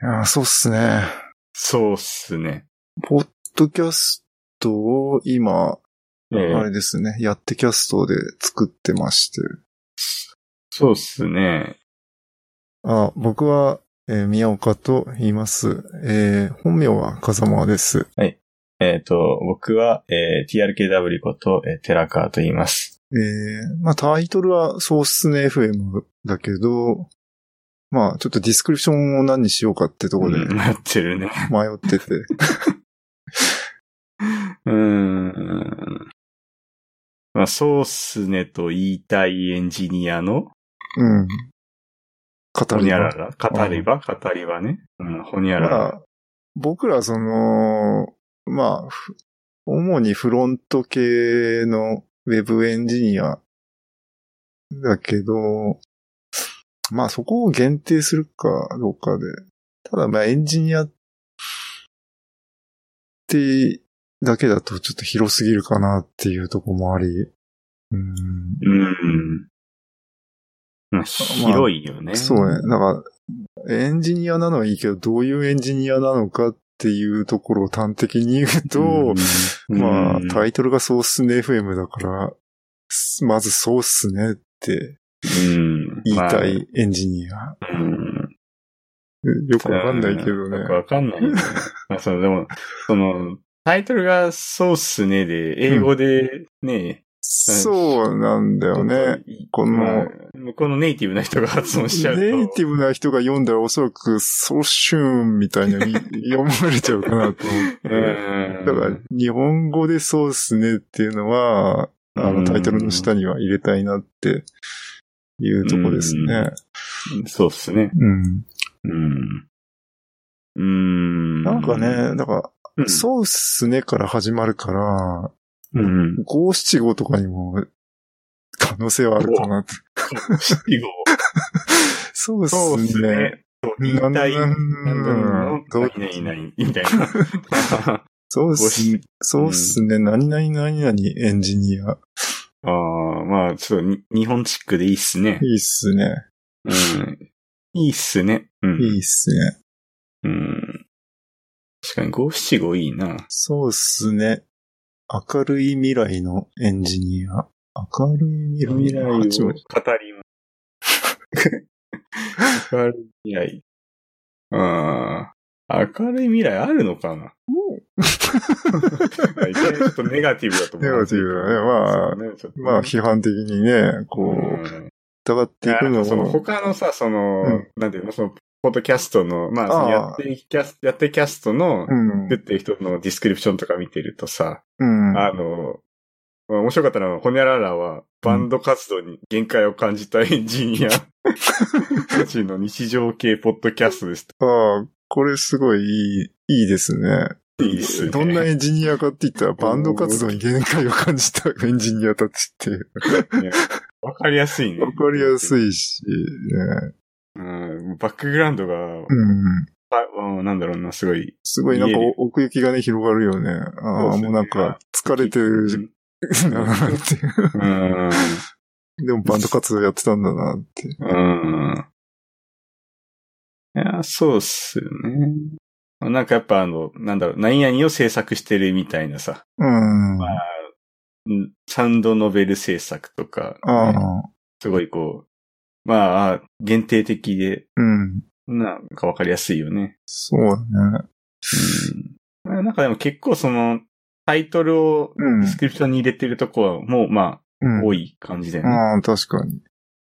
や、そうっすね。 そうっすね。 ポッドキャストを今、あれですね、やってキャストで作ってまして。 そうっすね。 僕は、宮岡と言います。本名は風間です。 はい。僕は、TRKW こと、寺川と言います。 まあタイトルはそうっすね FM だけど、まあちょっとディスクリプションを何にしようかってとこで、 迷ってるね。 迷ってて。 まあ、そうっすねと言いたいエンジニアの、 うん。 ほにゃらら語り場ね。ほにゃらら。 まあ、僕らまあ、主にフロント系のウェブエンジニアだけど、まあそこを限定するかどうかで。ただまあエンジニアってだけだとちょっと広すぎるかなっていうところもあり。 まあ、広いよね。 そうね。だからエンジニアなのはいいけど、どういうエンジニアなのかっていうところを端的に言うと、まあタイトルがそうっすね FM だから、まずそうっすねって言いたいエンジニア。よくわかんないけどね。 よくわかんないよね。まあ、でも、タイトルがそうっすねで、英語でね、 そうなんだよね。 向こうのネイティブな人が発音しちゃうと。 ネイティブな人が読んだらおそらくソーシューンみたいなに読まれちゃうかなと思って。だから日本語でそうっすねっていうのは、タイトルの下には入れたいなっていうとこですね。 そうっすね。 なんかね、だから、そうっすねから始まるから、五七五とかにも可能性はあるかなって。 五七五そうっすね。 言いたい、何みたいな。 そうっすね。何々エンジニア。 まあ、ちょっと日本チックでいいっすね。 いいっすね。 いいっすね。 いいっすね。 確かに五七五いいな。 そうっすね。明るい未来のエンジニア。明るい未来を語ります。明るい未来。明るい未来あるのかなちょっとネガティブだと思う。 ネガティブだね。まあ、批判的にね、疑っていくのも。 他のさ、なんていうの、ポッドキャストの、まあ、やってるキャストの、出てる人のディスクリプションとか見てるとさ、面白かったのは、ホニャララは、バンド活動に限界を感じたエンジニアたちの日常系ポッドキャストです。 これすごいいいですね。 いいですね。 どんなエンジニアかって言ったら、バンド活動に限界を感じたエンジニアたちって。 わかりやすいね。 わかりやすいし、ね。 バックグラウンドが、なんだろうな、すごいなんか奥行きがね、広がるよね。もうなんか、疲れてるなーって。でもバンド活動やってたんだなって。 いや、そうっすよね。なんかやっぱなんだろう、何々を制作してるみたいなさ。まあ、サウンドノベル制作とか、すごいまあ、限定的で、なんかわかりやすいよね。 そうだね。 なんかでも結構タイトルをディスクリプションに入れてるとこはもうまあ、多い感じだよね。 確かに。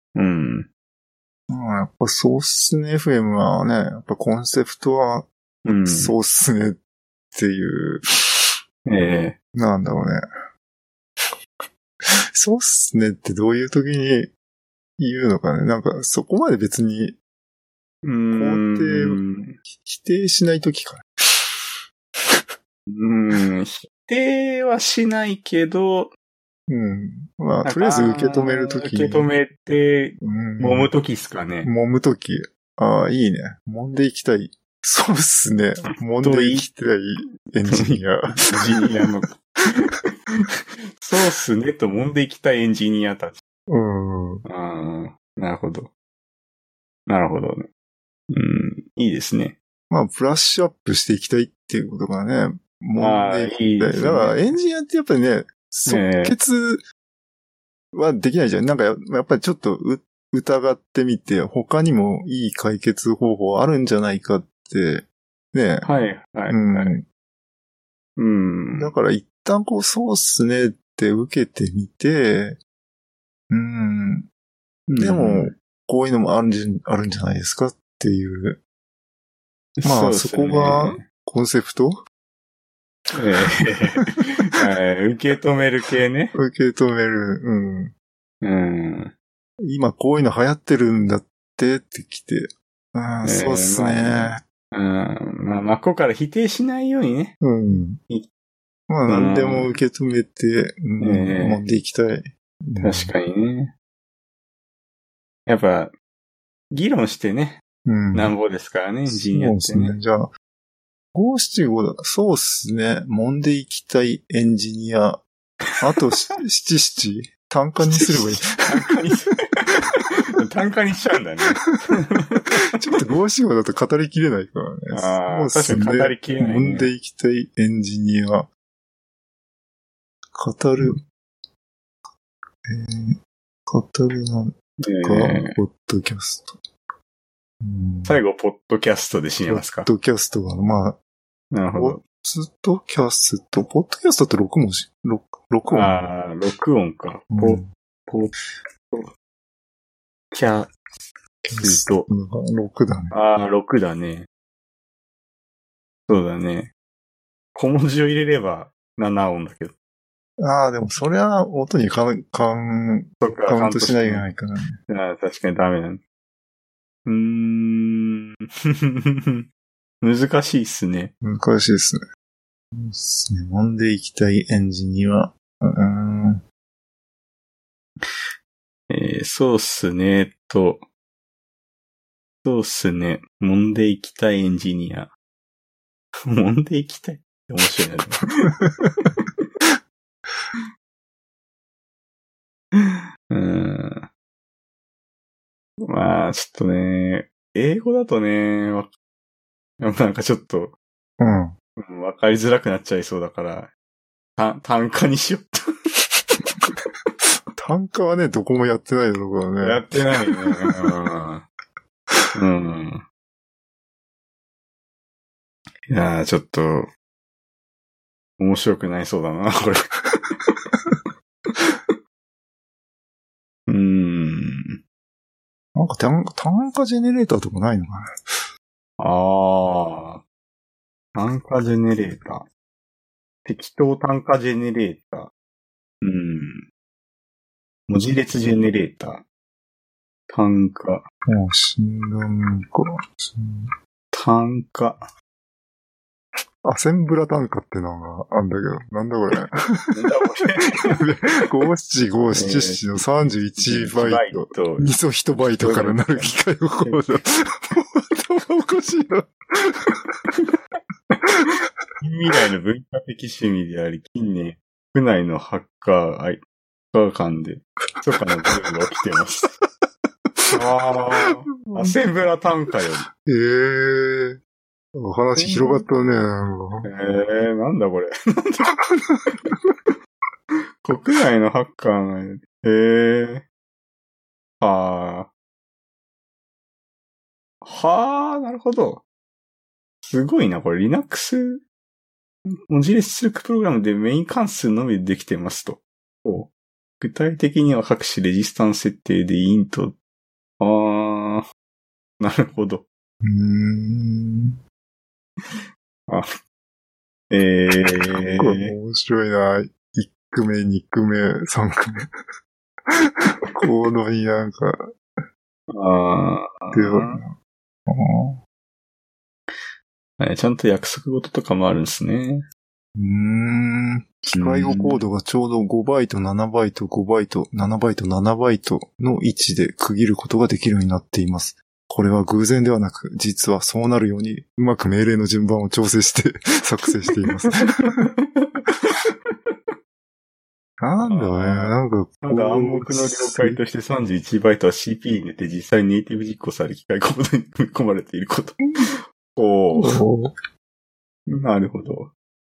やっぱそうっすね FM はね、やっぱコンセプトは、そうっすねっていう、なんだろうね。そうっすねってどういう時に言うのかね。なんかそこまで別に、肯定、否定しない時かな。否定はしないけど、 まあ、とりあえず受け止めるとき。 受け止めて、揉むときっすかね。 揉むとき。いいね。揉んでいきたい。そうっすね。揉んでいきたいエンジニア。 エンジニアの。そうっすねと揉んでいきたいエンジニアたち。なるほど。なるほどね。いいですね。 まあ、ブラッシュアップしていきたいっていうことがね、 いいですね。 だからエンジニアってやっぱりね、即決はできないじゃん。なんかやっぱりちょっと疑ってみて、他にもいい解決方法あるんじゃないかって、ね。 はい、はい。 だから一旦そうっすねって受けてみて、でも、こういうのもあるんじゃないですかっていう。まあ、そこがコンセプト受け止める系ね。 受け止める。今こういうの流行ってるんだってきて。そうっすね。 真っ向から否定しないようにね。 まあ、何でも受け止めて、持っていきたい。 確かにね。やっぱ、議論してね。なんぼですからね、エンジニアってね。そうですね。 じゃあ、575だ。そうっすね。揉んでいきたいエンジニア。あと、77。単価にすればいい。 単価にしちゃうんだね。 ちょっと575だと語りきれないからね。 そう確かに語りきれない、ね。 揉んでいきたいエンジニア。語る。語るなんか、ポッドキャスト。 最後、ポッドキャストで締めますか？ ポッドキャストは、まあ、 なるほど。 ポッドキャストって6文字？ 6音。 6音か。ポッドキャスト。 6だね。 6だね。そうだね。小文字を入れれば7音だけど。 でもそれは音にカウントしないといけないからね。 確かにダメだね。難しいっすね。 難しいっすね。そうっすね。揉んでいきたいエンジニア。 そうっすね。そうっすね。揉んでいきたいエンジニア。揉んでいきたい。面白いな。まあ、ちょっとね、英語だとね、なんかちょっと、わかりづらくなっちゃいそうだから、単価にしようと。 単価はね、どこもやってないだろうからね。 やってないね。いやー、ちょっと、面白くないそうだな、これ。 なんか単価ジェネレーターとかないのかな？単価ジェネレーター。適当単価ジェネレーター。文字列ジェネレーター。単価。単価。 アセンブラ単価ってのがあるんだけど、なんだこれ。57577の31バイト。2素1バイトからなる機械をコード。頭おかしいな。 未来の文化的趣味であり、近年、国内のハッカー間で、密かなブームが起きています。アセンブラ単価より。 話広がったね。 なんだこれ。国内のハッカーが、なるほど。すごいな、これ Linux 文字列出力プログラムでメイン関数のみでできてますと。具体的には各種レジスタンス設定でイント。なるほど。 面白いな。1句目、2句目、3句目。コードになんか。 ちゃんと約束事とかもあるんですね。 機械語コードがちょうど5バイト、7バイト、5バイト、7バイト、7バイトの位置で区切ることができるようになっています。これは偶然ではなく、実はそうなるようにうまく命令の順番を調整して作成しています。なんだね、なんかただ暗黙の了解として31バイトは CP に入れて実際にネイティブ実行され機械コードに組み込まれていること。 おー。なるほど。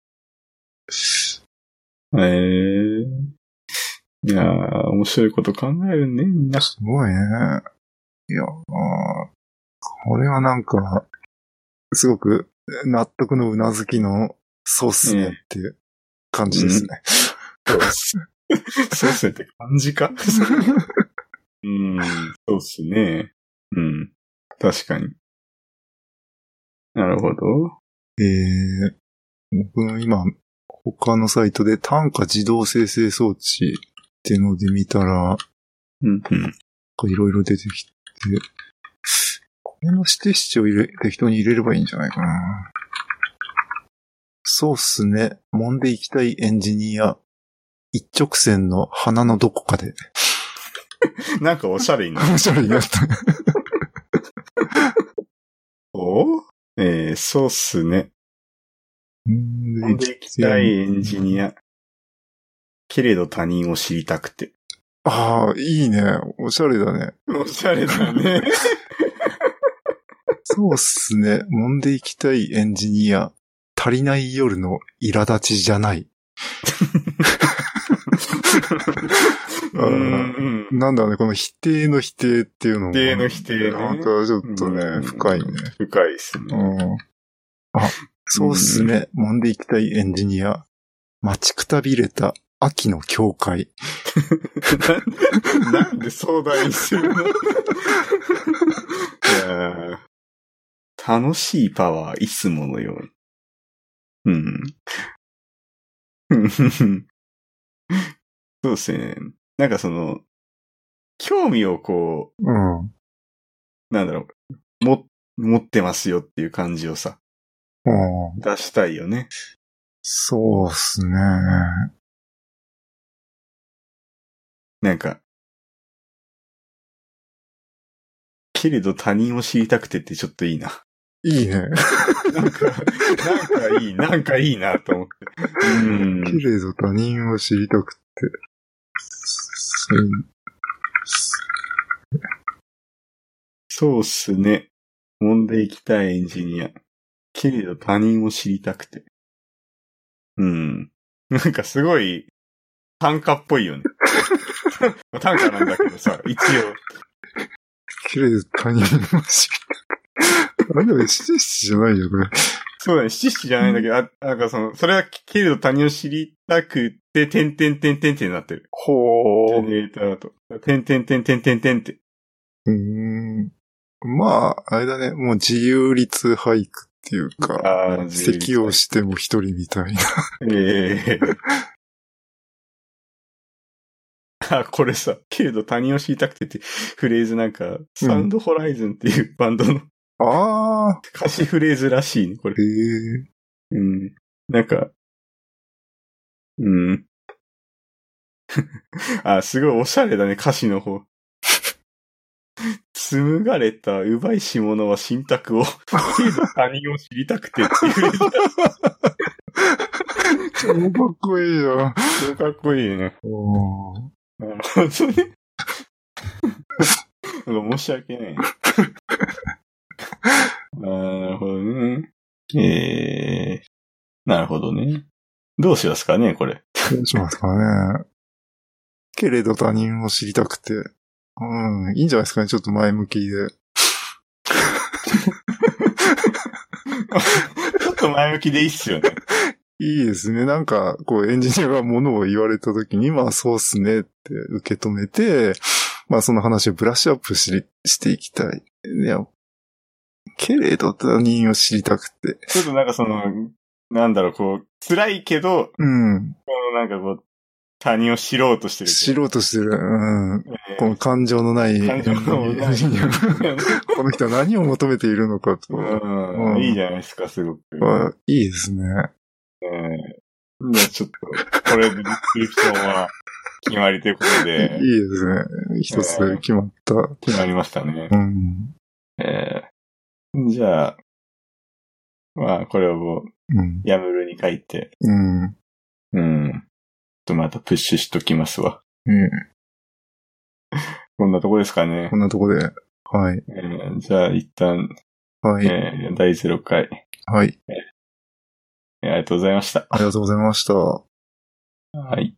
いやー、面白いこと考えるね、みんな。 すごいね。いや、これはなんか、すごく納得のうなずきのそうっすねっていう感じですね。 そうっすねって感じかそうっすね。確かに。なるほど。 僕今、他のサイトで単価自動生成装置っていうので見たら、いろいろ出てきて、これの指定値を適当に入れればいいんじゃないかな。そうっすね。揉んでいきたいエンジニア。一直線の鼻のどこかで。 なんかおしゃれになった。 おしゃれになった。 そうっすね。揉んでいきたいエンジニア。けれど他人を知りたくて。 ああ、いいね。おしゃれだね。 おしゃれだね。 そうっすね。揉んでいきたいエンジニア。足りない夜の苛立ちじゃない。なんだね、この否定の否定っていうのも。 否定の否定ね。 なんかちょっとね、深いね。 深いっすね。 そうっすね。揉んでいきたいエンジニア。待ちくたびれた秋の教会。 なんで壮大にするの楽しいパワー、いつものように。そうですね。なんかその、興味をこう、なんだろう、持ってますよっていう感じをさ、出したいよね。 そうっすね。 なんか、けれど他人を知りたくてってちょっといいな。 いいね。 なんかいいなと思って。 けれど他人を知りたくて。 そうっすね。揉んでいきたいエンジニア。けれど他人を知りたくて。なんかすごい短歌っぽいよね。短歌なんだけどさ、一応。 けれど他人を知りたくて。あれでも七七じゃないよ、これ。 そうだね、七七じゃないんだけど、なんかそれはけれど他人を知りたくて、てんてんてんてんってなってる。 ほー。 ジェネレーターと。てんてんてんてんてんてんって。 まあ、あれだね、もう自由律俳句っていうか、咳をしても一人みたいな。 これさ、けれど他人を知りたくてってフレーズなんか、サウンドホライズンっていうバンドの、歌詞フレーズらしいね、これ。なんか、すごいおしゃれだね、歌詞の方。紡がれた奪いし者は信託を、けれど他人を知りたくてっていうフレーズ。 超かっこいいよ。 超かっこいいね。なるほどね。申し訳ない。なるほどね。なるほどね。どうしますかね、これ。 どうしますかね。けれど他人を知りたくて。いいんじゃないですかね、ちょっと前向きで。 ちょっと前向きでいいっすよね。 いいですね。なんか、こう、エンジニアがものを言われたときに、まあ、そうっすねって受け止めて、まあ、その話をブラッシュアップしていきたい。いや、けれど他人を知りたくて。 ちょっとなんかなんだろう、こう、辛いけど、なんかこう、他人を知ろうとしてる。 知ろうとしてる。この感情のない。感情のない。この人は何を求めているのかと。 いいじゃないですか、すごく。 いいですね。 ちょっと、これでディスクリプションは決まりということで。 いいですね。一つ決まった。 決まりましたね。じゃあ、まあ、これをもう、ヤムルに書いて。またプッシュしときますわ。こんなとこですかね。 こんなとこで。はい。 じゃあ一旦、 はい。 第0回。 はい。 ありがとうございました。 ありがとうございました。 はい。